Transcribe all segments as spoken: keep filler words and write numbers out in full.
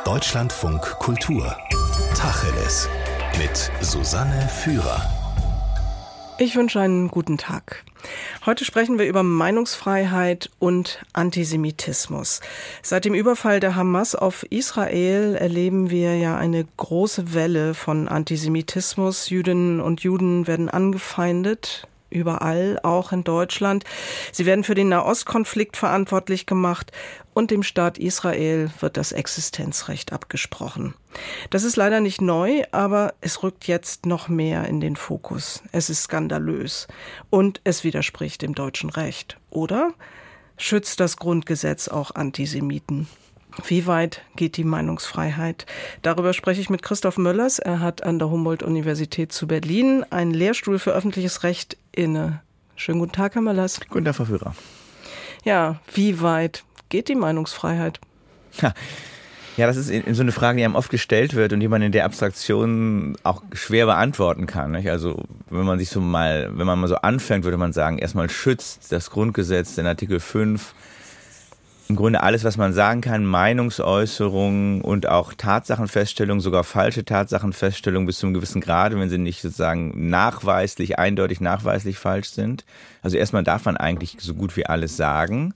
Deutschlandfunk Kultur. Tacheles. Mit Susanne Führer. Ich wünsche einen guten Tag. Heute sprechen wir über Meinungsfreiheit und Antisemitismus. Seit dem Überfall der Hamas auf Israel erleben wir ja eine große Welle von Antisemitismus. Jüdinnen und Juden werden angefeindet. Überall, auch in Deutschland. Sie werden für den Nahostkonflikt verantwortlich gemacht und dem Staat Israel wird das Existenzrecht abgesprochen. Das ist leider nicht neu, aber es rückt jetzt noch mehr in den Fokus. Es ist skandalös und es widerspricht dem deutschen Recht. Oder schützt das Grundgesetz auch Antisemiten? Wie weit geht die Meinungsfreiheit? Darüber spreche ich mit Christoph Möllers. Er hat an der Humboldt-Universität zu Berlin einen Lehrstuhl für öffentliches Recht inne. Schönen guten Tag, Herr Möllers. Guten Tag, Frau Führer. Ja, wie weit geht die Meinungsfreiheit? Ja, ja das ist so eine Frage, die einem oft gestellt wird und die man in der Abstraktion auch schwer beantworten kann. Nicht? Also wenn man sich so mal, wenn man mal so anfängt, würde man sagen, erstmal schützt das Grundgesetz, den Artikel fünf, im Grunde alles, was man sagen kann, Meinungsäußerungen und auch Tatsachenfeststellungen, sogar falsche Tatsachenfeststellungen bis zu einem gewissen Grade, wenn sie nicht sozusagen nachweislich, eindeutig nachweislich falsch sind. Also erstmal darf man eigentlich so gut wie alles sagen.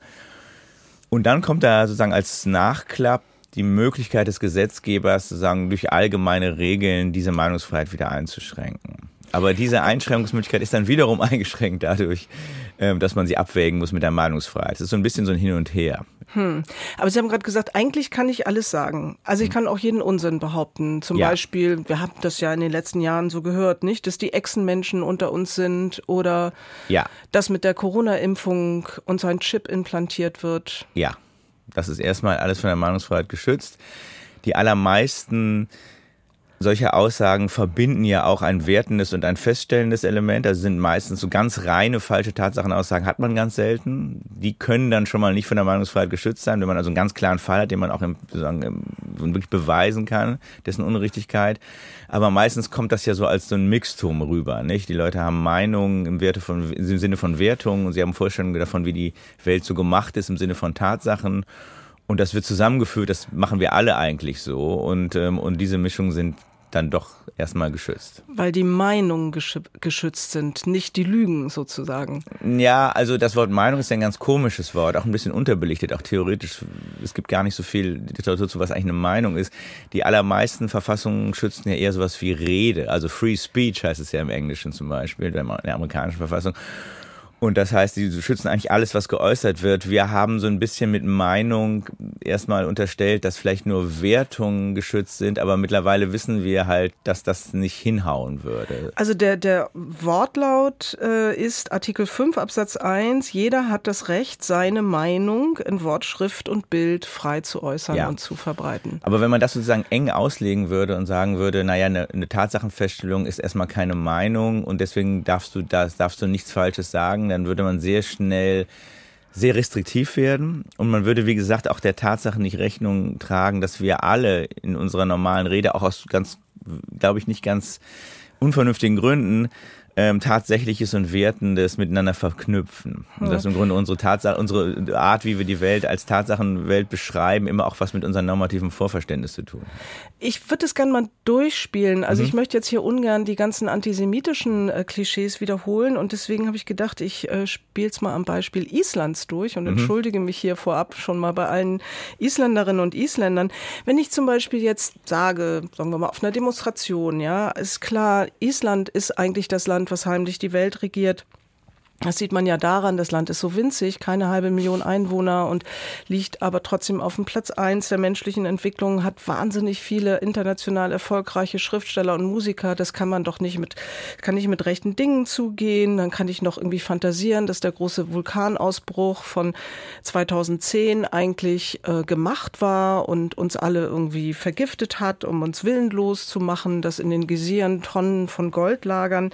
Und dann kommt da sozusagen als Nachklapp die Möglichkeit des Gesetzgebers, sozusagen durch allgemeine Regeln diese Meinungsfreiheit wieder einzuschränken. Aber diese Einschränkungsmöglichkeit ist dann wiederum eingeschränkt dadurch, dass man sie abwägen muss mit der Meinungsfreiheit. Das ist so ein bisschen so ein Hin und Her. Hm. Aber Sie haben gerade gesagt, eigentlich kann ich alles sagen. Also ich kann auch jeden Unsinn behaupten. Zum ja. Beispiel, wir haben das ja in den letzten Jahren so gehört, nicht, dass die Echsenmenschen unter uns sind oder ja. dass mit der Corona-Impfung uns ein Chip implantiert wird. Ja, das ist erstmal alles von der Meinungsfreiheit geschützt. Die allermeisten solche Aussagen verbinden ja auch ein wertendes und ein feststellendes Element. Also sind meistens so ganz reine falsche Tatsachenaussagen, hat man ganz selten. Die können dann schon mal nicht von der Meinungsfreiheit geschützt sein, wenn man also einen ganz klaren Fall hat, den man auch im, sozusagen, wirklich beweisen kann, dessen Unrichtigkeit. Aber meistens kommt das ja so als so ein Mixtum rüber, nicht? Die Leute haben Meinungen im, Werte von, im Sinne von Wertungen und sie haben Vorstellungen davon, wie die Welt so gemacht ist im Sinne von Tatsachen. Und das wird zusammengeführt, das machen wir alle eigentlich so. Und, ähm, und diese Mischungen sind dann doch erstmal geschützt. Weil die Meinungen geschützt sind, nicht die Lügen sozusagen. Ja, also das Wort Meinung ist ja ein ganz komisches Wort, auch ein bisschen unterbelichtet, auch theoretisch. Es gibt gar nicht so viel Literatur zu, was eigentlich eine Meinung ist. Die allermeisten Verfassungen schützen ja eher sowas wie Rede, also Free Speech heißt es ja im Englischen zum Beispiel, in der amerikanischen Verfassung. Und das heißt, sie schützen eigentlich alles, was geäußert wird. Wir haben so ein bisschen mit Meinung erstmal unterstellt, dass vielleicht nur Wertungen geschützt sind, aber mittlerweile wissen wir halt, dass das nicht hinhauen würde. Also der, der Wortlaut äh, ist Artikel fünf Absatz eins, jeder hat das Recht, seine Meinung in Wort, Schrift und Bild frei zu äußern ja. und zu verbreiten. Aber wenn man das sozusagen eng auslegen würde und sagen würde, naja, eine, eine Tatsachenfeststellung ist erstmal keine Meinung und deswegen darfst du, das, darfst du nichts Falsches sagen, dann würde man sehr schnell sehr restriktiv werden und man würde, wie gesagt, auch der Tatsache nicht Rechnung tragen, dass wir alle in unserer normalen Rede, auch aus ganz, glaube ich, nicht ganz unvernünftigen Gründen, ähm, Tatsächliches und Wertendes miteinander verknüpfen. Und das ist im Grunde unsere Tatsache, unsere Art, wie wir die Welt als Tatsachenwelt beschreiben, immer auch was mit unserem normativen Vorverständnis zu tun. Ich würde das gerne mal durchspielen. Also Mhm. ich möchte jetzt hier ungern die ganzen antisemitischen äh, Klischees wiederholen und deswegen habe ich gedacht, ich äh, spiele es mal am Beispiel Islands durch und Mhm. entschuldige mich hier vorab schon mal bei allen Isländerinnen und Isländern. Wenn ich zum Beispiel jetzt sage, sagen wir mal auf einer Demonstration, ja, ist klar, Island ist eigentlich das Land, was heimlich die Welt regiert. Das sieht man ja daran, das Land ist so winzig, keine halbe Million Einwohner und liegt aber trotzdem auf dem Platz eins der menschlichen Entwicklung, hat wahnsinnig viele international erfolgreiche Schriftsteller und Musiker. Das kann man doch nicht mit, kann nicht mit rechten Dingen zugehen. Dann kann ich noch irgendwie fantasieren, dass der große Vulkanausbruch von zweitausendzehn eigentlich äh, gemacht war und uns alle irgendwie vergiftet hat, um uns willenlos zu machen, dass in den Gesieren Tonnen von Gold lagern.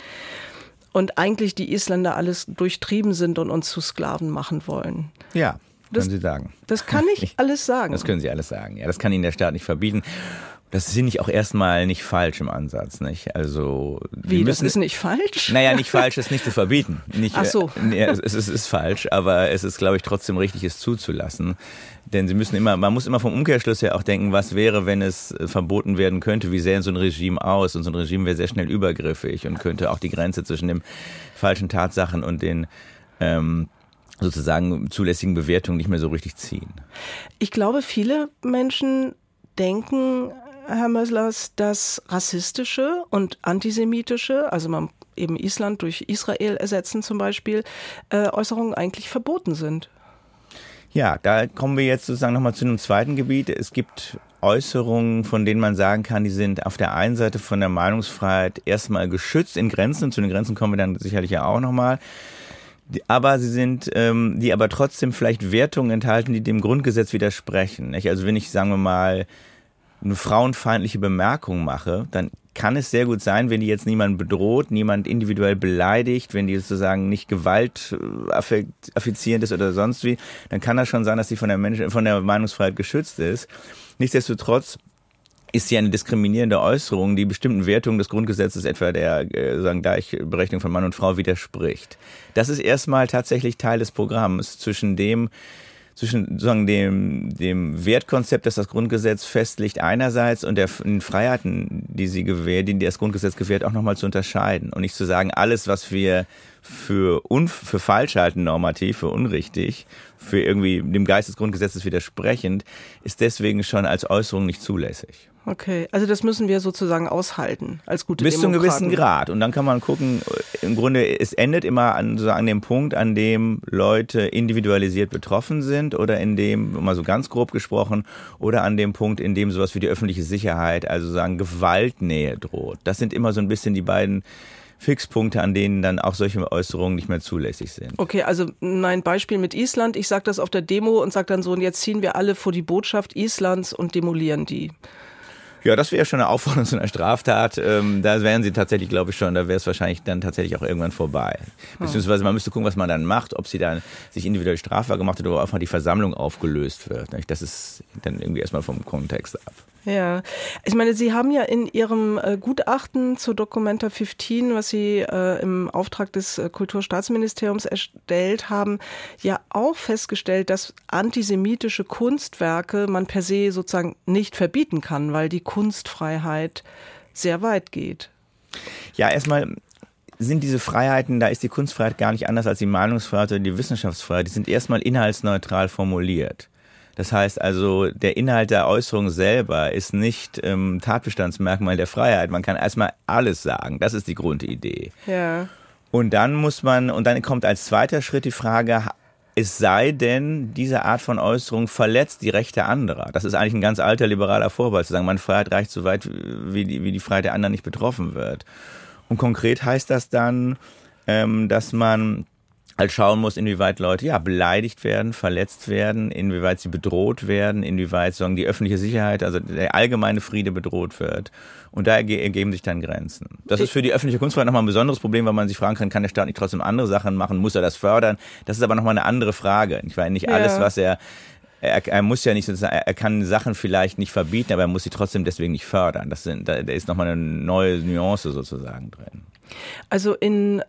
Und eigentlich die Isländer alles durchtrieben sind und uns zu Sklaven machen wollen. Ja, das, können Sie sagen. Das kann ich alles sagen. Das können Sie alles sagen. Ja, das kann Ihnen der Staat nicht verbieten. Das finde ich auch erstmal nicht falsch im Ansatz, nicht? Also wie, müssen, das ist nicht falsch? Naja, nicht falsch, es nicht zu verbieten. Nicht, Ach so. Äh, es, es ist falsch, aber es ist, glaube ich, trotzdem richtig, es zuzulassen. Denn sie müssen immer, man muss immer vom Umkehrschluss her auch denken, was wäre, wenn es verboten werden könnte? Wie sähe so ein Regime aus? Und so ein Regime wäre sehr schnell übergriffig und könnte auch die Grenze zwischen den falschen Tatsachen und den ähm, sozusagen zulässigen Bewertungen nicht mehr so richtig ziehen. Ich glaube, viele Menschen denken, Herr Möslers, dass rassistische und antisemitische, also man eben Island durch Israel ersetzen zum Beispiel, äh, Äußerungen eigentlich verboten sind. Ja, da kommen wir jetzt sozusagen nochmal zu einem zweiten Gebiet. Es gibt Äußerungen, von denen man sagen kann, die sind auf der einen Seite von der Meinungsfreiheit erstmal geschützt in Grenzen, und zu den Grenzen kommen wir dann sicherlich ja auch nochmal. Aber sie sind, ähm, die aber trotzdem vielleicht Wertungen enthalten, die dem Grundgesetz widersprechen. Nicht? Also wenn ich, sagen wir mal, eine frauenfeindliche Bemerkung mache, dann kann es sehr gut sein, wenn die jetzt niemand bedroht, niemand individuell beleidigt, wenn die sozusagen nicht gewaltaffizierend ist oder sonst wie, dann kann das schon sein, dass sie von der Mensch- von der Meinungsfreiheit geschützt ist. Nichtsdestotrotz ist sie eine diskriminierende Äußerung, die bestimmten Wertungen des Grundgesetzes, etwa der äh, sagen Gleichberechtigung von Mann und Frau, widerspricht. Das ist erstmal tatsächlich Teil des Programms zwischen dem zwischen sozusagen dem, dem Wertkonzept, das das Grundgesetz festlegt einerseits, und der, den Freiheiten, die sie gewährt, die das Grundgesetz gewährt, auch nochmal zu unterscheiden. Und nicht zu sagen, alles, was wir für, un, für falsch halten, normativ, für unrichtig, für irgendwie dem Geist des Grundgesetzes widersprechend, ist deswegen schon als Äußerung nicht zulässig. Okay, also das müssen wir sozusagen aushalten als gute Bis Demokraten. zu einem gewissen Grad. Und dann kann man gucken, im Grunde, es endet immer an, so an dem Punkt, an dem Leute individualisiert betroffen sind, oder in dem, mal so ganz grob gesprochen, oder an dem Punkt, in dem sowas wie die öffentliche Sicherheit, also sagen Gewaltnähe droht. Das sind immer so ein bisschen die beiden Fixpunkte, an denen dann auch solche Äußerungen nicht mehr zulässig sind. Okay, also mein Beispiel mit Island. Ich sage das auf der Demo und sage dann so, und jetzt ziehen wir alle vor die Botschaft Islands und demolieren die. Ja, das wäre schon eine Aufforderung zu einer Straftat. Ähm, da wären sie tatsächlich, glaube ich schon, da wäre es wahrscheinlich dann tatsächlich auch irgendwann vorbei. Beziehungsweise man müsste gucken, was man dann macht, ob sie dann sich individuell strafbar gemacht hat oder einfach die Versammlung aufgelöst wird. Das ist dann irgendwie erstmal vom Kontext ab. Ja, ich meine, Sie haben ja in Ihrem äh, Gutachten zur Documenta fünfzehn, was Sie äh, im Auftrag des äh, Kulturstaatsministeriums erstellt haben, ja auch festgestellt, dass antisemitische Kunstwerke man per se sozusagen nicht verbieten kann, weil die Kunstfreiheit sehr weit geht. Ja, erstmal sind diese Freiheiten, da ist die Kunstfreiheit gar nicht anders als die Meinungsfreiheit oder die Wissenschaftsfreiheit, die sind erstmal inhaltsneutral formuliert. Das heißt also, der Inhalt der Äußerung selber ist nicht ähm, Tatbestandsmerkmal der Freiheit. Man kann erstmal alles sagen. Das ist die Grundidee. Ja. Und dann muss man, und dann kommt als zweiter Schritt die Frage, es sei denn, diese Art von Äußerung verletzt die Rechte anderer. Das ist eigentlich ein ganz alter liberaler Vorbehalt, zu sagen, meine Freiheit reicht so weit, wie die, wie die Freiheit der anderen nicht betroffen wird. Und konkret heißt das dann, ähm, dass man halt schauen muss, inwieweit Leute ja beleidigt werden, verletzt werden, inwieweit sie bedroht werden, inwieweit sagen die öffentliche Sicherheit, also der allgemeine Friede bedroht wird. Und da ergeben sich dann Grenzen. Das ist für die öffentliche Kunstfreiheit nochmal ein besonderes Problem, weil man sich fragen kann, kann der Staat nicht trotzdem andere Sachen machen, muss er das fördern? Das ist aber nochmal eine andere Frage. Ich meine, nicht alles, was er Er, er muss ja nicht sozusagen, er kann Sachen vielleicht nicht verbieten, aber er muss sie trotzdem deswegen nicht fördern. Das sind, da ist nochmal eine neue Nuance sozusagen drin. Also in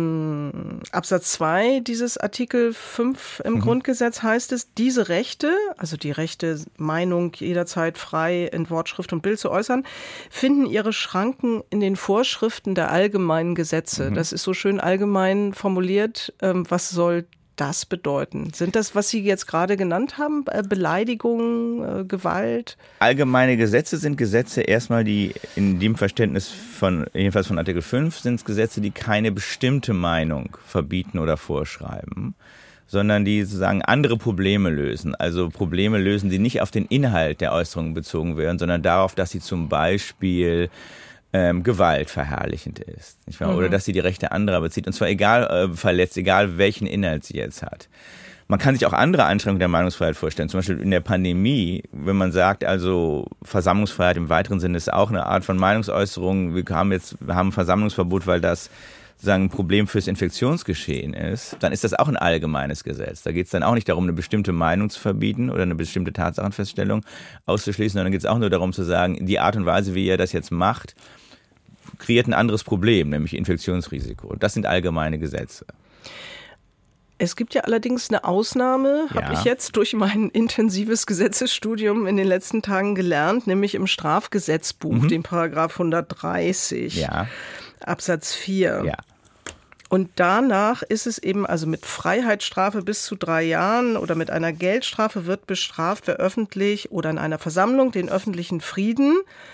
ähm, Absatz zwei dieses Artikel fünf im mhm. Grundgesetz heißt es, diese Rechte, also die Rechte, Meinung jederzeit frei in Wort, Schrift und Bild zu äußern, finden ihre Schranken in den Vorschriften der allgemeinen Gesetze. Mhm. Das ist so schön allgemein formuliert. Ähm, was soll das bedeuten? Sind das, was Sie jetzt gerade genannt haben, Beleidigung, Gewalt? Allgemeine Gesetze sind Gesetze erstmal, die in dem Verständnis von, jedenfalls von Artikel fünf, sind es Gesetze, die keine bestimmte Meinung verbieten oder vorschreiben, sondern die sozusagen andere Probleme lösen. Also Probleme lösen, die nicht auf den Inhalt der Äußerungen bezogen werden, sondern darauf, dass sie zum Beispiel Ähm, Gewalt verherrlichend ist, nicht wahr? Mhm. Oder dass sie die Rechte anderer bezieht, und zwar egal äh, verletzt, egal welchen Inhalt sie jetzt hat. Man kann sich auch andere Einschränkungen der Meinungsfreiheit vorstellen, zum Beispiel in der Pandemie, wenn man sagt, also Versammlungsfreiheit im weiteren Sinne ist auch eine Art von Meinungsäußerung. Wir haben jetzt wir haben ein Versammlungsverbot, weil das sozusagen ein Problem fürs Infektionsgeschehen ist, dann ist das auch ein allgemeines Gesetz. Da geht es dann auch nicht darum, eine bestimmte Meinung zu verbieten oder eine bestimmte Tatsachenfeststellung auszuschließen, sondern geht es auch nur darum zu sagen, die Art und Weise, wie ihr das jetzt macht, kreiert ein anderes Problem, nämlich Infektionsrisiko. Das sind allgemeine Gesetze. Es gibt ja allerdings eine Ausnahme, ja. habe ich jetzt durch mein intensives Gesetzesstudium in den letzten Tagen gelernt, nämlich im Strafgesetzbuch, mhm. den Paragraph hundertdreißig, ja. Absatz vier. Ja. Und danach ist es eben, also mit Freiheitsstrafe bis zu drei Jahren oder mit einer Geldstrafe wird bestraft, wer öffentlich oder in einer Versammlung den öffentlichen Frieden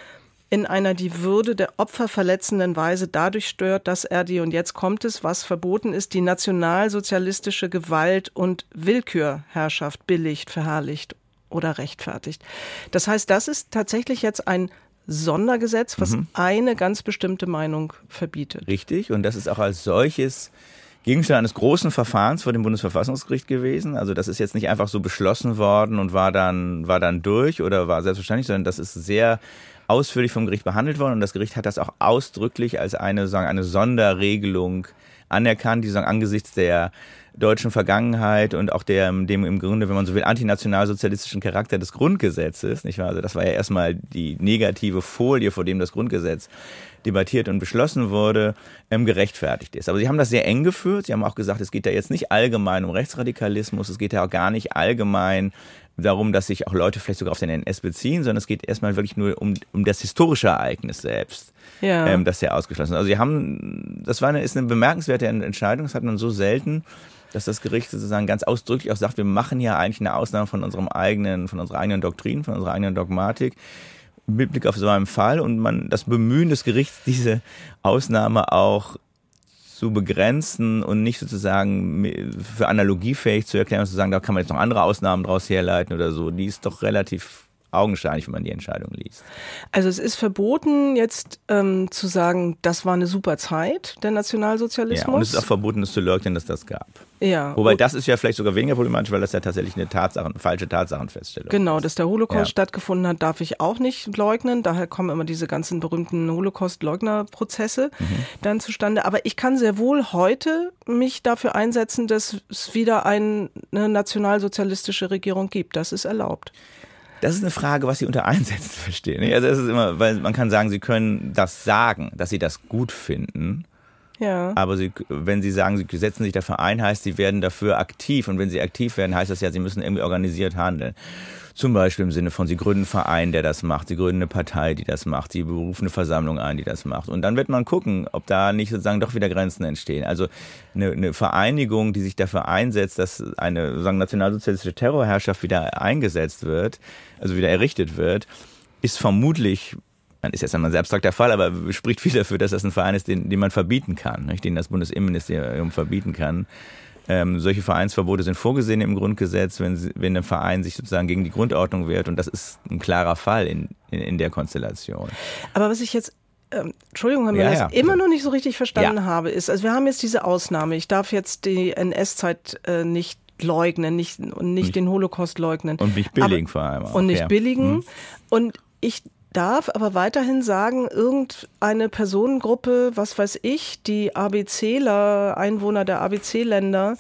in einer die Würde der Opfer verletzenden Weise dadurch stört, dass er die, und jetzt kommt es, was verboten ist, die nationalsozialistische Gewalt- und Willkürherrschaft billigt, verherrlicht oder rechtfertigt. Das heißt, das ist tatsächlich jetzt ein Sondergesetz, was mhm. eine ganz bestimmte Meinung verbietet. Richtig, und das ist auch als solches Gegenstand eines großen Verfahrens vor dem Bundesverfassungsgericht gewesen. Also das ist jetzt nicht einfach so beschlossen worden und war dann, war dann durch oder war selbstverständlich, sondern das ist sehr ausführlich vom Gericht behandelt worden und das Gericht hat das auch ausdrücklich als eine, sagen, eine Sonderregelung anerkannt, die sagen, angesichts der deutschen Vergangenheit und auch der, dem im Grunde, wenn man so will, antinationalsozialistischen Charakter des Grundgesetzes, nicht wahr? Also das war ja erstmal die negative Folie, vor dem das Grundgesetz debattiert und beschlossen wurde, ähm, gerechtfertigt ist. Aber sie haben das sehr eng geführt. Sie haben auch gesagt, es geht da jetzt nicht allgemein um Rechtsradikalismus, es geht ja auch gar nicht allgemein darum, dass sich auch Leute vielleicht sogar auf den N S beziehen, sondern es geht erstmal wirklich nur um, um das historische Ereignis selbst, ja. ähm, das ja ausgeschlossen ist. Also sie haben, das war eine, ist eine bemerkenswerte Entscheidung, das hat man so selten, dass das Gericht sozusagen ganz ausdrücklich auch sagt, wir machen ja eigentlich eine Ausnahme von unserem eigenen, von unserer eigenen Doktrin, von unserer eigenen Dogmatik mit Blick auf so einen Fall und man das Bemühen des Gerichts, diese Ausnahme auch zu begrenzen und nicht sozusagen für analogiefähig zu erklären und zu sagen, da kann man jetzt noch andere Ausnahmen draus herleiten oder so, die ist doch relativ augenscheinlich, wenn man die Entscheidung liest. Also es ist verboten, jetzt ähm, zu sagen, das war eine super Zeit, der Nationalsozialismus. Ja, und es ist auch verboten, es zu leugnen, dass das gab. Ja. Wobei das ist ja vielleicht sogar weniger problematisch, weil das ja tatsächlich eine Tatsachen, falsche Tatsachenfeststellung Genau, ist. dass der Holocaust ja. stattgefunden hat, darf ich auch nicht leugnen. Daher kommen immer diese ganzen berühmten Holocaust-Leugner-Prozesse mhm. dann zustande. Aber ich kann sehr wohl heute mich dafür einsetzen, dass es wieder eine nationalsozialistische Regierung gibt. Das ist erlaubt. Das ist eine Frage, was Sie unter Einsetzen verstehen. Also es ist immer, weil man kann sagen, Sie können das sagen, dass Sie das gut finden. Ja. Aber Sie, wenn Sie sagen, Sie setzen sich dafür ein, heißt, Sie werden dafür aktiv. Und wenn Sie aktiv werden, heißt das ja, Sie müssen irgendwie organisiert handeln. Zum Beispiel im Sinne von, Sie gründen einen Verein, der das macht. Sie gründen eine Partei, die das macht. Sie berufen eine Versammlung ein, die das macht. Und dann wird man gucken, ob da nicht sozusagen doch wieder Grenzen entstehen. Also eine, eine Vereinigung, die sich dafür einsetzt, dass eine sozusagen nationalsozialistische Terrorherrschaft wieder eingesetzt wird, also wieder errichtet wird, ist vermutlich, man ist jetzt einmal ein abstrakter Fall, aber spricht viel dafür, dass das ein Verein ist, den, den man verbieten kann, nicht? Den das Bundesinnenministerium verbieten kann. Ähm, solche Vereinsverbote sind vorgesehen im Grundgesetz, wenn, wenn ein Verein sich sozusagen gegen die Grundordnung wehrt. Und das ist ein klarer Fall in, in, in der Konstellation. Aber was ich jetzt, ähm, Entschuldigung, wenn ja, ich ja. das immer noch nicht so richtig verstanden ja. habe, ist, also wir haben jetzt diese Ausnahme. Ich darf jetzt die N S-Zeit äh, nicht leugnen, nicht, und nicht, nicht den Holocaust leugnen. Und nicht billigen aber, vor allem auch. Und nicht ja. billigen. Mhm. Und ich darf aber weiterhin sagen, irgendeine Personengruppe, was weiß ich, die ABCler, Einwohner der A B C-Länder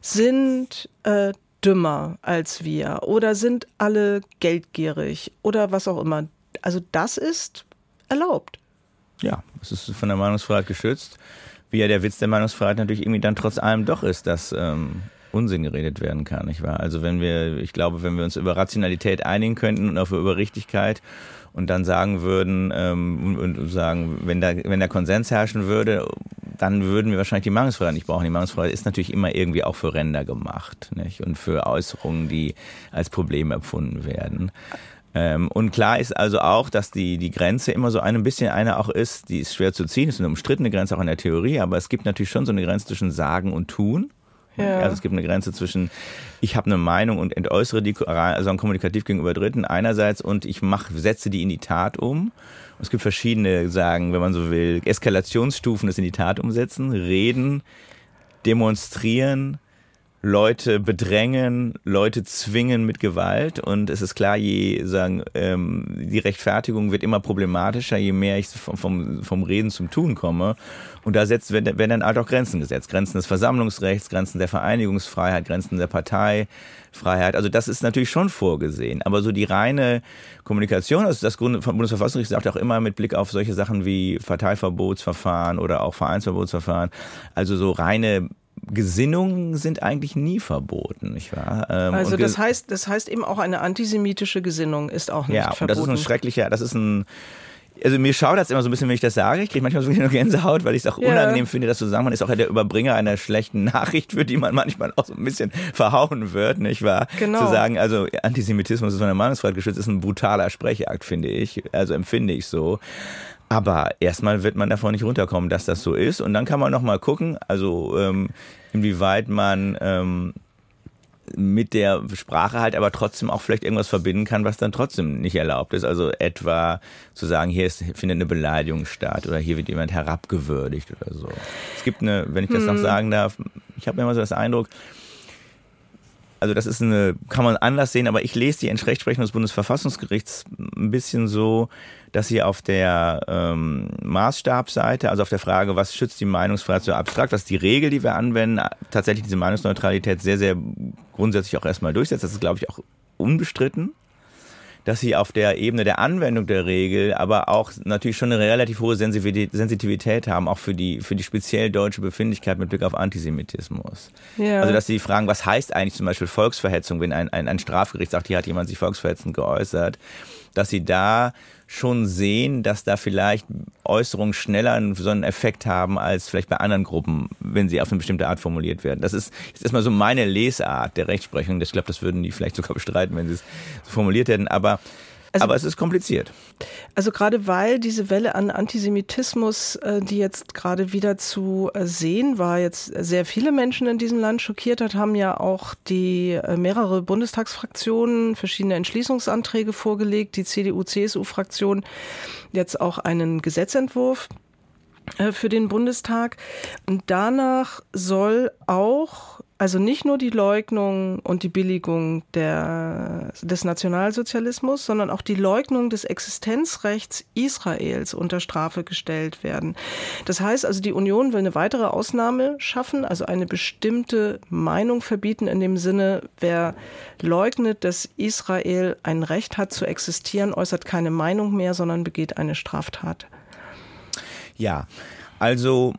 sind äh, dümmer als wir oder sind alle geldgierig oder was auch immer. Also das ist erlaubt. Ja, es ist von der Meinungsfreiheit geschützt. Wie ja der Witz der Meinungsfreiheit natürlich irgendwie dann trotz allem doch ist, dass ähm, Unsinn geredet werden kann, nicht wahr? Also wenn wir, ich glaube, wenn wir uns über Rationalität einigen könnten und auch über Richtigkeit und dann sagen würden ähm, und sagen, wenn da, wenn der Konsens herrschen würde, dann würden wir wahrscheinlich die Meinungsfreiheit nicht brauchen. Die Meinungsfreiheit ist natürlich immer irgendwie auch für Ränder gemacht, nicht? Und für Äußerungen, die als Problem empfunden werden. Ähm, und klar ist also auch, dass die, die Grenze immer so ein bisschen eine auch ist, die ist schwer zu ziehen, ist eine umstrittene Grenze auch in der Theorie, aber es gibt natürlich schon so eine Grenze zwischen Sagen und Tun. Ja. Also es gibt eine Grenze zwischen, ich habe eine Meinung und entäußere die, also kommunikativ gegenüber Dritten einerseits und ich mach, setze die in die Tat um. Und es gibt verschiedene, sagen, wenn man so will, Eskalationsstufen, das in die Tat umsetzen, reden, demonstrieren, Leute bedrängen, Leute zwingen mit Gewalt und es ist klar, je sagen, ähm, die Rechtfertigung wird immer problematischer, je mehr ich vom, vom, vom Reden zum Tun komme und da setzt, werden, werden dann halt auch Grenzen gesetzt, Grenzen des Versammlungsrechts, Grenzen der Vereinigungsfreiheit, Grenzen der Parteifreiheit, also das ist natürlich schon vorgesehen, aber so die reine Kommunikation, also das Bundesverfassungsgericht sagt auch immer mit Blick auf solche Sachen wie Parteiverbotsverfahren oder auch Vereinsverbotsverfahren, also so reine Gesinnungen sind eigentlich nie verboten, nicht wahr? Ähm, also das heißt, das heißt eben auch eine antisemitische Gesinnung ist auch nicht ja, verboten. Ja, und das ist ein schrecklicher, das ist ein, also mir schaudert es immer so ein bisschen, wenn ich das sage. Ich kriege manchmal so eine Gänsehaut, weil ich es auch ja. unangenehm finde, das zu sagen. Man ist auch der Überbringer einer schlechten Nachricht, für die man manchmal auch so ein bisschen verhauen wird, nicht wahr? Genau. Zu sagen, also Antisemitismus ist von der Meinungsfreiheit geschützt, ist ein brutaler Sprechakt, finde ich. Also empfinde ich so. Aber erstmal wird man davon nicht runterkommen, dass das so ist. Und dann kann man noch mal gucken, also ähm, inwieweit man ähm, mit der Sprache halt aber trotzdem auch vielleicht irgendwas verbinden kann, was dann trotzdem nicht erlaubt ist. Also etwa zu sagen, hier ist, findet eine Beleidigung statt oder hier wird jemand herabgewürdigt oder so. Es gibt eine, wenn ich das hm. noch sagen darf, ich habe immer so das Eindruck, also das ist eine, kann man anders sehen, aber ich lese die Rechtsprechung des Bundesverfassungsgerichts ein bisschen so, dass sie auf der ähm, Maßstabsseite, also auf der Frage, was schützt die Meinungsfreiheit so abstrakt, was ist die Regel, die wir anwenden, tatsächlich diese Meinungsneutralität sehr, sehr grundsätzlich auch erstmal durchsetzt. Das ist, glaube ich, auch unbestritten. Dass sie auf der Ebene der Anwendung der Regel aber auch natürlich schon eine relativ hohe Sensitivität haben, auch für die, für die speziell deutsche Befindlichkeit mit Blick auf Antisemitismus. Ja. Also dass sie fragen, was heißt eigentlich zum Beispiel Volksverhetzung, wenn ein, ein, ein Strafgericht sagt, hier hat jemand sich volksverhetzend geäußert, dass sie da schon sehen, dass da vielleicht Äußerungen schneller so einen Effekt haben als vielleicht bei anderen Gruppen, wenn sie auf eine bestimmte Art formuliert werden. Das ist jetzt erstmal so meine Lesart der Rechtsprechung. Ich glaube, das würden die vielleicht sogar bestreiten, wenn sie es so formuliert hätten. Aber Also, aber es ist kompliziert. Also gerade weil diese Welle an Antisemitismus, die jetzt gerade wieder zu sehen war, jetzt sehr viele Menschen in diesem Land schockiert hat, haben ja auch die mehrere Bundestagsfraktionen verschiedene Entschließungsanträge vorgelegt. Die C D U C S U-Fraktion jetzt auch einen Gesetzentwurf für den Bundestag. Und danach soll auch, also nicht nur die Leugnung und die Billigung der, des Nationalsozialismus, sondern auch die Leugnung des Existenzrechts Israels unter Strafe gestellt werden. Das heißt also, die Union will eine weitere Ausnahme schaffen, also eine bestimmte Meinung verbieten in dem Sinne, wer leugnet, dass Israel ein Recht hat zu existieren, äußert keine Meinung mehr, sondern begeht eine Straftat. Ja, also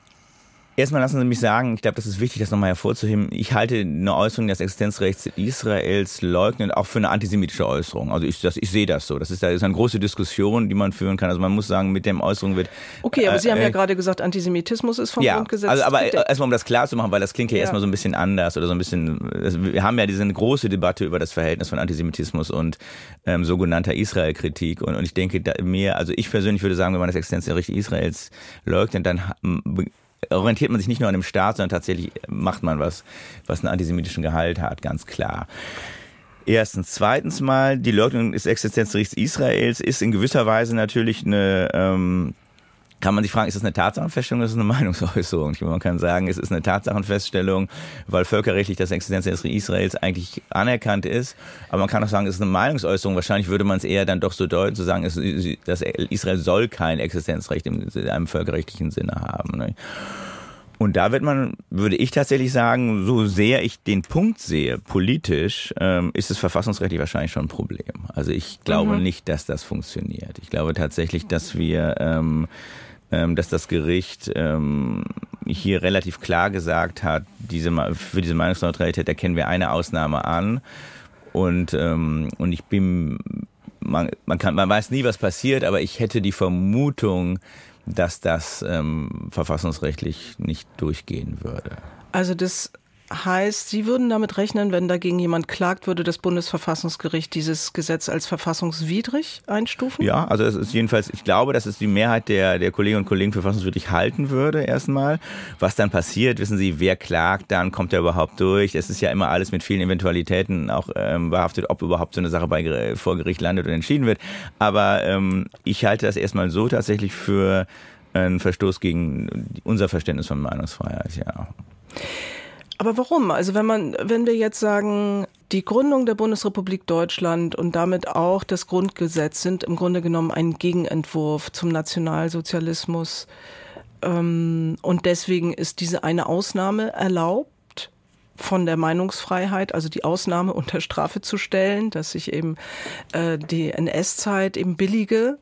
erstmal lassen Sie mich sagen, ich glaube, das ist wichtig, das nochmal hervorzuheben. Ich halte eine Äußerung des Existenzrechts Israels leugnen auch für eine antisemitische Äußerung. Also ich, das, ich sehe das so. Das ist, das ist eine große Diskussion, die man führen kann. Also man muss sagen, mit der Äußerung wird... Okay, aber Sie äh, haben ja gerade gesagt, Antisemitismus ist vom ja, Grundgesetz... Also, aber erstmal, um das klar zu machen, weil das klingt ja, ja erstmal so ein bisschen anders oder so ein bisschen... Also wir haben ja diese große Debatte über das Verhältnis von Antisemitismus und ähm, sogenannter Israel-Kritik. Und, und ich denke, da mehr, also ich persönlich würde sagen, wenn man das Existenzrecht Israels leugnet, dann... orientiert man sich nicht nur an dem Staat, sondern tatsächlich macht man was, was einen antisemitischen Gehalt hat, ganz klar. Erstens. Zweitens mal, die Leugnung des Existenzrechts Israels ist in gewisser Weise natürlich eine, ähm, kann man sich fragen, ist das eine Tatsachenfeststellung oder ist das eine Meinungsäußerung? Ich meine, man kann sagen, es ist eine Tatsachenfeststellung, weil völkerrechtlich das Existenzrecht Israels eigentlich anerkannt ist. Aber man kann auch sagen, es ist eine Meinungsäußerung. Wahrscheinlich würde man es eher dann doch so deuten, zu sagen, es, dass Israel soll kein Existenzrecht in einem völkerrechtlichen Sinne haben. Ne? Und da wird man, würde ich tatsächlich sagen, so sehr ich den Punkt sehe, politisch, ähm, ist es verfassungsrechtlich wahrscheinlich schon ein Problem. Also ich glaube mhm. nicht, dass das funktioniert. Ich glaube tatsächlich, dass wir... Ähm, dass das Gericht ähm, hier relativ klar gesagt hat, diese, für diese Meinungsneutralität erkennen wir eine Ausnahme an. Und, ähm, und ich bin, man, man, kann, man weiß nie, was passiert, aber ich hätte die Vermutung, dass das ähm, verfassungsrechtlich nicht durchgehen würde. Also das heißt, Sie würden damit rechnen, wenn dagegen jemand klagt, würde das Bundesverfassungsgericht dieses Gesetz als verfassungswidrig einstufen? Ja, also es ist jedenfalls, ich glaube, dass es die Mehrheit der, der Kolleginnen und Kollegen für verfassungswidrig halten würde erstmal. Was dann passiert, wissen Sie, wer klagt, dann kommt er überhaupt durch. Es ist ja immer alles mit vielen Eventualitäten auch ähm, behaftet, ob überhaupt so eine Sache bei, vor Gericht landet und entschieden wird. Aber ähm, ich halte das erstmal so tatsächlich für einen Verstoß gegen unser Verständnis von Meinungsfreiheit, ja. Aber warum? Also wenn man, wenn wir jetzt sagen, die Gründung der Bundesrepublik Deutschland und damit auch das Grundgesetz sind im Grunde genommen ein Gegenentwurf zum Nationalsozialismus. Ähm, und deswegen ist diese eine Ausnahme erlaubt von der Meinungsfreiheit, also die Ausnahme unter Strafe zu stellen, dass ich eben äh, die N S-Zeit eben billige.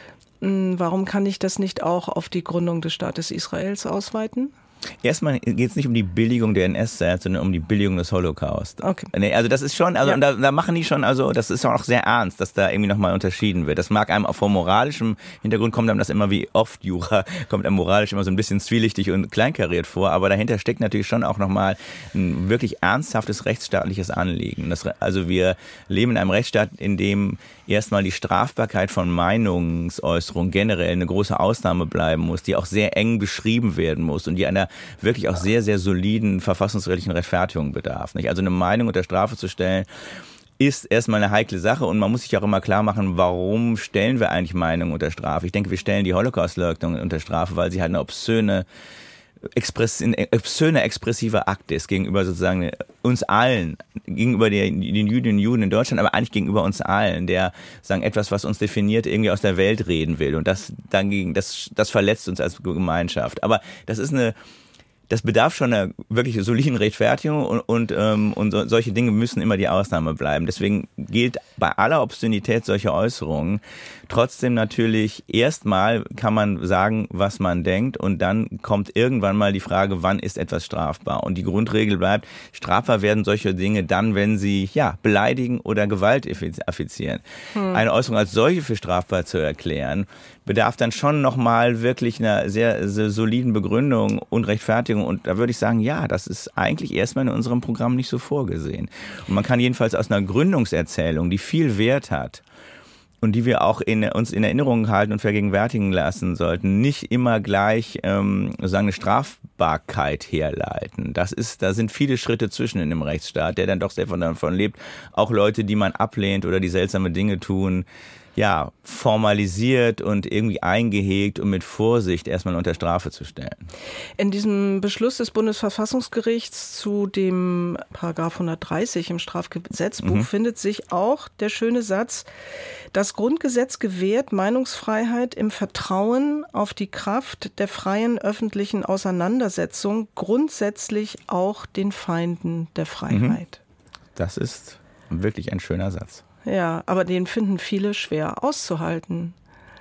Warum kann ich das nicht auch auf die Gründung des Staates Israels ausweiten? Erstmal geht es nicht um die Billigung der N S-Zeit, sondern um die Billigung des Holocaust. Okay. Nee, also das ist schon, also ja. und da, da machen die schon, also das ist auch sehr ernst, dass da irgendwie nochmal unterschieden wird. Das mag einem auch vom moralischen Hintergrund, kommt einem das immer wie oft Jura, kommt einem moralisch immer so ein bisschen zwielichtig und kleinkariert vor, aber dahinter steckt natürlich schon auch nochmal ein wirklich ernsthaftes rechtsstaatliches Anliegen. Das, also wir leben in einem Rechtsstaat, in dem erstmal die Strafbarkeit von Meinungsäußerung generell eine große Ausnahme bleiben muss, die auch sehr eng beschrieben werden muss und die einer wirklich auch sehr, sehr soliden verfassungsrechtlichen Rechtfertigung bedarf. Nicht? Also eine Meinung unter Strafe zu stellen, ist erstmal eine heikle Sache und man muss sich auch immer klar machen, warum stellen wir eigentlich Meinungen unter Strafe? Ich denke, wir stellen die Holocaust-Leugnung unter Strafe, weil sie halt eine obszöne Express, ein obszöner, expressiver Akt ist gegenüber sozusagen uns allen, gegenüber den, den Jüdinnen und Juden in Deutschland, aber eigentlich gegenüber uns allen, der sagen etwas, was uns definiert, irgendwie aus der Welt reden will. Und das dagegen, das, das verletzt uns als Gemeinschaft. Aber das ist eine Das bedarf schon einer wirklich soliden Rechtfertigung und, und, ähm, und so, solche Dinge müssen immer die Ausnahme bleiben. Deswegen gilt bei aller Obszönität solcher Äußerungen trotzdem natürlich, erstmal kann man sagen, was man denkt und dann kommt irgendwann mal die Frage, wann ist etwas strafbar? Und die Grundregel bleibt, strafbar werden solche Dinge dann, wenn sie ja beleidigen oder Gewalt affizieren. Hm. Eine Äußerung als solche für strafbar zu erklären, bedarf dann schon nochmal wirklich einer sehr, sehr soliden Begründung und Rechtfertigung. Und da würde ich sagen, ja, das ist eigentlich erstmal in unserem Programm nicht so vorgesehen. Und man kann jedenfalls aus einer Gründungserzählung, die viel Wert hat und die wir auch in, uns in Erinnerung halten und vergegenwärtigen lassen sollten, nicht immer gleich ähm, sozusagen eine Strafbarkeit herleiten. Das ist, da sind viele Schritte zwischen in dem Rechtsstaat, der dann doch sehr davon lebt, auch Leute, die man ablehnt oder die seltsame Dinge tun, ja, formalisiert und irgendwie eingehegt, um mit Vorsicht erstmal unter Strafe zu stellen. In diesem Beschluss des Bundesverfassungsgerichts zu dem Paragraph hundertdreißig im Strafgesetzbuch mhm. findet sich auch der schöne Satz, das Grundgesetz gewährt Meinungsfreiheit im Vertrauen auf die Kraft der freien öffentlichen Auseinandersetzung, grundsätzlich auch den Feinden der Freiheit. Das ist wirklich ein schöner Satz. Ja, aber den finden viele schwer auszuhalten.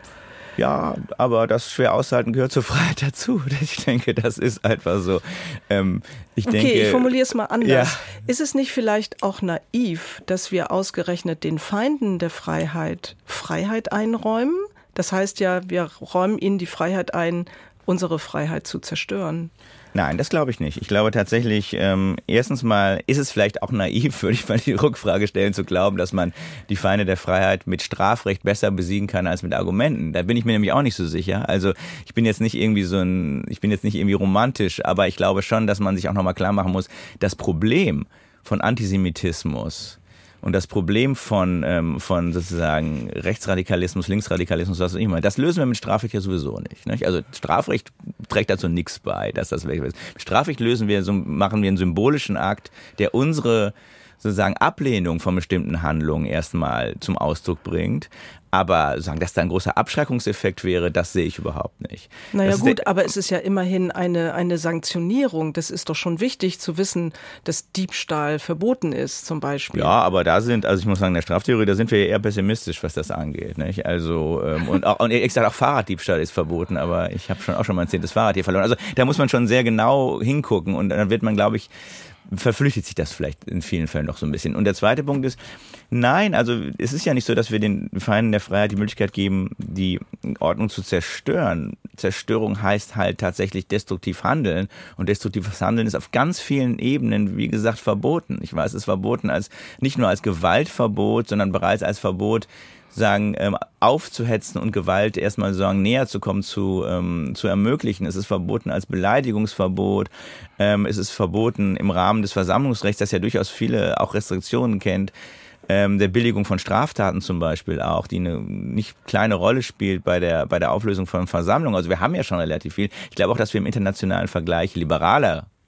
Ja, aber das schwer auszuhalten gehört zur Freiheit dazu. Ich denke, das ist einfach so. Ähm, ich okay, denke, ich formuliere es mal anders. Ja. Ist es nicht vielleicht auch naiv, dass wir ausgerechnet den Feinden der Freiheit Freiheit einräumen? Das heißt ja, wir räumen ihnen die Freiheit ein, unsere Freiheit zu zerstören. Nein, das glaube ich nicht. Ich glaube tatsächlich, ähm, erstens mal ist es vielleicht auch naiv, würde ich mal die Rückfrage stellen, zu glauben, dass man die Feinde der Freiheit mit Strafrecht besser besiegen kann als mit Argumenten. Da bin ich mir nämlich auch nicht so sicher. Also ich bin jetzt nicht irgendwie so ein, ich bin jetzt nicht irgendwie romantisch, aber ich glaube schon, dass man sich auch nochmal klar machen muss, das Problem von Antisemitismus und das Problem von, ähm, von sozusagen Rechtsradikalismus, Linksradikalismus, was auch immer, das lösen wir mit Strafrecht ja sowieso nicht, nicht? Also Strafrecht trägt dazu nichts bei, dass das weg ist. Mit Strafrecht lösen wir, so machen wir einen symbolischen Akt, der unsere sozusagen Ablehnung von bestimmten Handlungen erstmal zum Ausdruck bringt. Aber sagen, dass da ein großer Abschreckungseffekt wäre, das sehe ich überhaupt nicht. Naja gut, aber es ist ja immerhin eine, eine Sanktionierung. Das ist doch schon wichtig zu wissen, dass Diebstahl verboten ist zum Beispiel. Ja, aber da sind, also ich muss sagen, in der Straftheorie, da sind wir eher pessimistisch, was das angeht. Nicht? Also ähm, und auch, und ich sage auch Fahrraddiebstahl ist verboten, aber ich habe schon auch schon mein zehntes Fahrrad hier verloren. Also da muss man schon sehr genau hingucken und dann wird man, glaube ich, verflüchtigt sich das vielleicht in vielen Fällen noch so ein bisschen. Und der zweite Punkt ist, nein, also es ist ja nicht so, dass wir den Feinden der Freiheit die Möglichkeit geben, die Ordnung zu zerstören. Zerstörung heißt halt tatsächlich destruktiv handeln und destruktives Handeln ist auf ganz vielen Ebenen, wie gesagt, verboten. Ich weiß, es ist verboten als nicht nur als Gewaltverbot, sondern bereits als Verbot, sagen, ähm, aufzuhetzen und Gewalt erstmal sagen, näher zu kommen, zu, ähm, zu ermöglichen. Es ist verboten als Beleidigungsverbot. Ähm, es ist verboten im Rahmen des Versammlungsrechts, das ja durchaus viele auch Restriktionen kennt, ähm, der Billigung von Straftaten zum Beispiel auch, die eine nicht kleine Rolle spielt bei der, bei der Auflösung von Versammlungen. Also wir haben ja schon relativ viel. Ich glaube auch, dass wir im internationalen Vergleich liberaler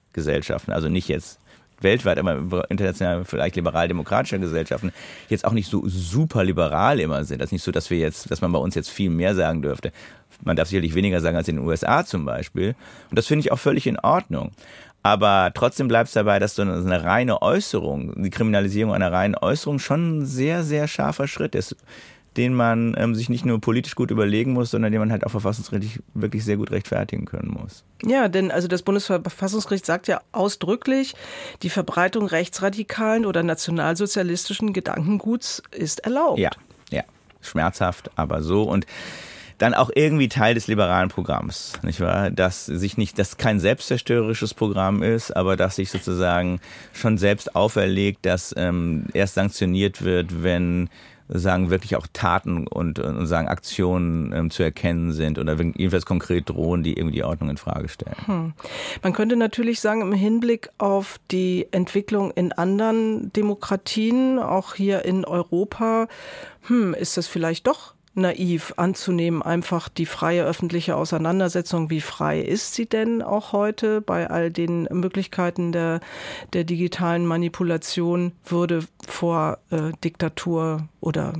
Gesellschaften, also nicht jetzt weltweit, aber international vielleicht liberal-demokratischer Gesellschaften, jetzt auch nicht so super liberal immer sind. Das ist nicht so, dass wir jetzt, dass man bei uns jetzt viel mehr sagen dürfte. Man darf sicherlich weniger sagen als in den U S A zum Beispiel. Und das finde ich auch völlig in Ordnung. Aber trotzdem bleibt es dabei, dass so eine, so eine reine Äußerung, die Kriminalisierung einer reinen Äußerung schon ein sehr, sehr scharfer Schritt ist, den man ähm, sich nicht nur politisch gut überlegen muss, sondern den man halt auch verfassungsrechtlich wirklich sehr gut rechtfertigen können muss. Ja, denn also das Bundesverfassungsgericht sagt ja ausdrücklich, die Verbreitung rechtsradikalen oder nationalsozialistischen Gedankenguts ist erlaubt. Ja, ja, schmerzhaft, aber so und dann auch irgendwie Teil des liberalen Programms, nicht wahr? Dass sich nicht, dass kein selbstzerstörerisches Programm ist, aber dass sich sozusagen schon selbst auferlegt, dass ähm, erst sanktioniert wird, wenn sagen wirklich auch Taten und, und sagen Aktionen ähm, zu erkennen sind oder jedenfalls konkret drohen, die irgendwie die Ordnung in Frage stellen. Hm. Man könnte natürlich sagen, im Hinblick auf die Entwicklung in anderen Demokratien, auch hier in Europa, hm, ist das vielleicht doch naiv anzunehmen, einfach die freie öffentliche Auseinandersetzung. Wie frei ist sie denn auch heute bei all den Möglichkeiten der, der digitalen Manipulation, würde vor äh, Diktatur oder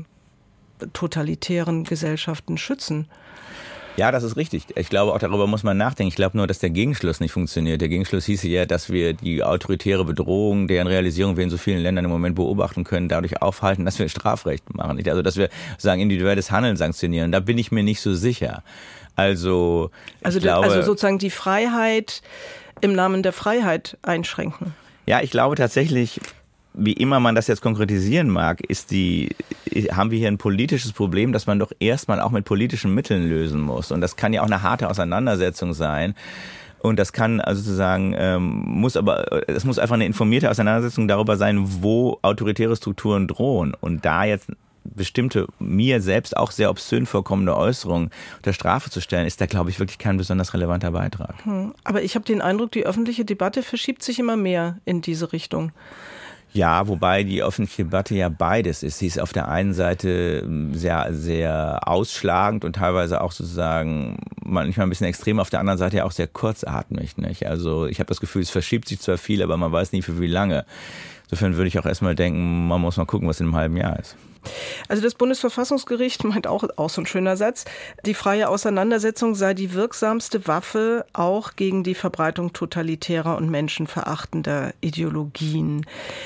totalitären Gesellschaften schützen? Ja, das ist richtig. Ich glaube, auch darüber muss man nachdenken. Ich glaube nur, dass der Gegenschluss nicht funktioniert. Der Gegenschluss hieße ja, dass wir die autoritäre Bedrohung, deren Realisierung wir in so vielen Ländern im Moment beobachten können, dadurch aufhalten, dass wir Strafrecht machen. Also, dass wir sagen, individuelles Handeln sanktionieren. Da bin ich mir nicht so sicher. Also, ich also, glaube, also sozusagen die Freiheit im Namen der Freiheit einschränken. Ja, ich glaube tatsächlich, wie immer man das jetzt konkretisieren mag, ist die, haben wir hier ein politisches Problem, das man doch erstmal auch mit politischen Mitteln lösen muss. Und das kann ja auch eine harte Auseinandersetzung sein. Und das kann also sozusagen, ähm, muss aber, es muss einfach eine informierte Auseinandersetzung darüber sein, wo autoritäre Strukturen drohen. Und da jetzt bestimmte, mir selbst auch sehr obszön vorkommende Äußerungen unter Strafe zu stellen, ist da, glaube ich, wirklich kein besonders relevanter Beitrag. Hm. Aber ich habe den Eindruck, die öffentliche Debatte verschiebt sich immer mehr in diese Richtung. Ja, wobei die öffentliche Debatte ja beides ist. Sie ist auf der einen Seite sehr, sehr ausschlagend und teilweise auch sozusagen manchmal ein bisschen extrem, auf der anderen Seite ja auch sehr kurzatmig, nicht? Also ich habe das Gefühl, es verschiebt sich zwar viel, aber man weiß nie für wie lange. Insofern würde ich auch erstmal denken, man muss mal gucken, was in einem halben Jahr ist. Also das Bundesverfassungsgericht meint auch, auch so ein schöner Satz, die freie Auseinandersetzung sei die wirksamste Waffe auch gegen die Verbreitung totalitärer und menschenverachtender Ideologien.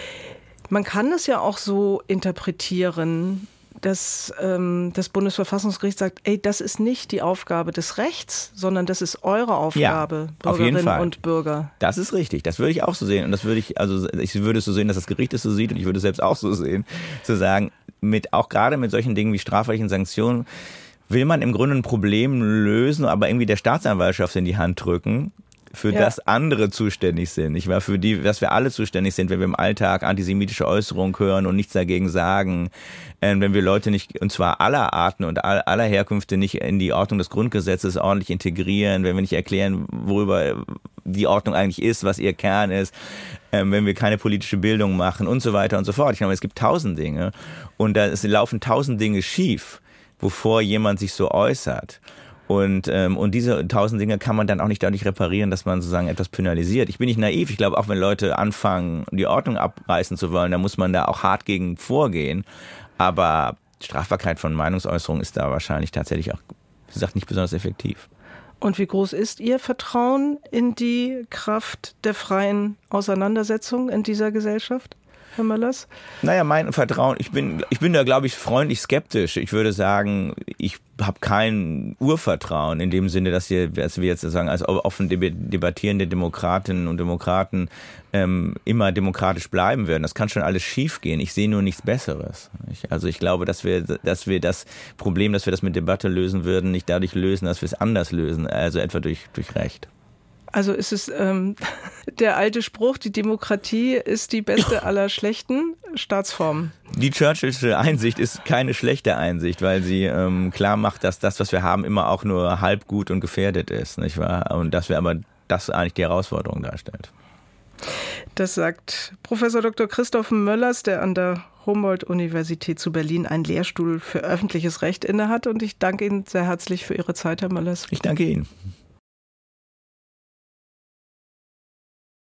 Man kann es ja auch so interpretieren, dass ähm, das Bundesverfassungsgericht sagt, ey, das ist nicht die Aufgabe des Rechts, sondern das ist eure Aufgabe, ja, Bürgerinnen und Bürger. Das ist richtig, das würde ich auch so sehen. Und das würde ich, also ich würde es so sehen, dass das Gericht es so sieht und ich würde es selbst auch so sehen, zu sagen, mit auch gerade mit solchen Dingen wie strafrechtlichen Sanktionen will man im Grunde ein Problem lösen, aber irgendwie der Staatsanwaltschaft in die Hand drücken, für ja. das andere zuständig sind. Ich war für die, dass wir alle zuständig sind, wenn wir im Alltag antisemitische Äußerungen hören und nichts dagegen sagen, äh, wenn wir Leute nicht, und zwar aller Arten und all, aller Herkünfte nicht in die Ordnung des Grundgesetzes ordentlich integrieren, wenn wir nicht erklären, worüber die Ordnung eigentlich ist, was ihr Kern ist, äh, wenn wir keine politische Bildung machen und so weiter und so fort. Ich glaube, es gibt tausend Dinge und da es laufen tausend Dinge schief, wovor jemand sich so äußert. Und, ähm, und diese tausend Dinge kann man dann auch nicht dadurch reparieren, dass man sozusagen etwas penalisiert. Ich bin nicht naiv. Ich glaube, auch wenn Leute anfangen, die Ordnung abreißen zu wollen, dann muss man da auch hart gegen vorgehen. Aber Strafbarkeit von Meinungsäußerung ist da wahrscheinlich tatsächlich auch, wie gesagt, nicht besonders effektiv. Und wie groß ist Ihr Vertrauen in die Kraft der freien Auseinandersetzung in dieser Gesellschaft, Herr Möllers? Naja, mein Vertrauen, ich bin, ich bin da, glaube ich, freundlich skeptisch. Ich würde sagen, ich habe kein Urvertrauen in dem Sinne, dass wir, dass wir jetzt sagen, als offen debattierende Demokratinnen und Demokraten ähm, immer demokratisch bleiben werden. Das kann schon alles schiefgehen. Ich sehe nur nichts Besseres. Ich, also ich glaube, dass wir, dass wir das Problem, dass wir das mit Debatte lösen würden, nicht dadurch lösen, dass wir es anders lösen, also etwa durch, durch Recht. Also ist es ähm, der alte Spruch, die Demokratie ist die beste aller schlechten Staatsformen. Die Churchillsche Einsicht ist keine schlechte Einsicht, weil sie ähm, klar macht, dass das, was wir haben, immer auch nur halb gut und gefährdet ist, nicht wahr? Und dass wir aber das eigentlich die Herausforderung darstellt. Das sagt Professor Doktor Christoph Möllers, der an der Humboldt-Universität zu Berlin einen Lehrstuhl für öffentliches Recht innehat. Und ich danke Ihnen sehr herzlich für Ihre Zeit, Herr Möllers. Ich danke Ihnen.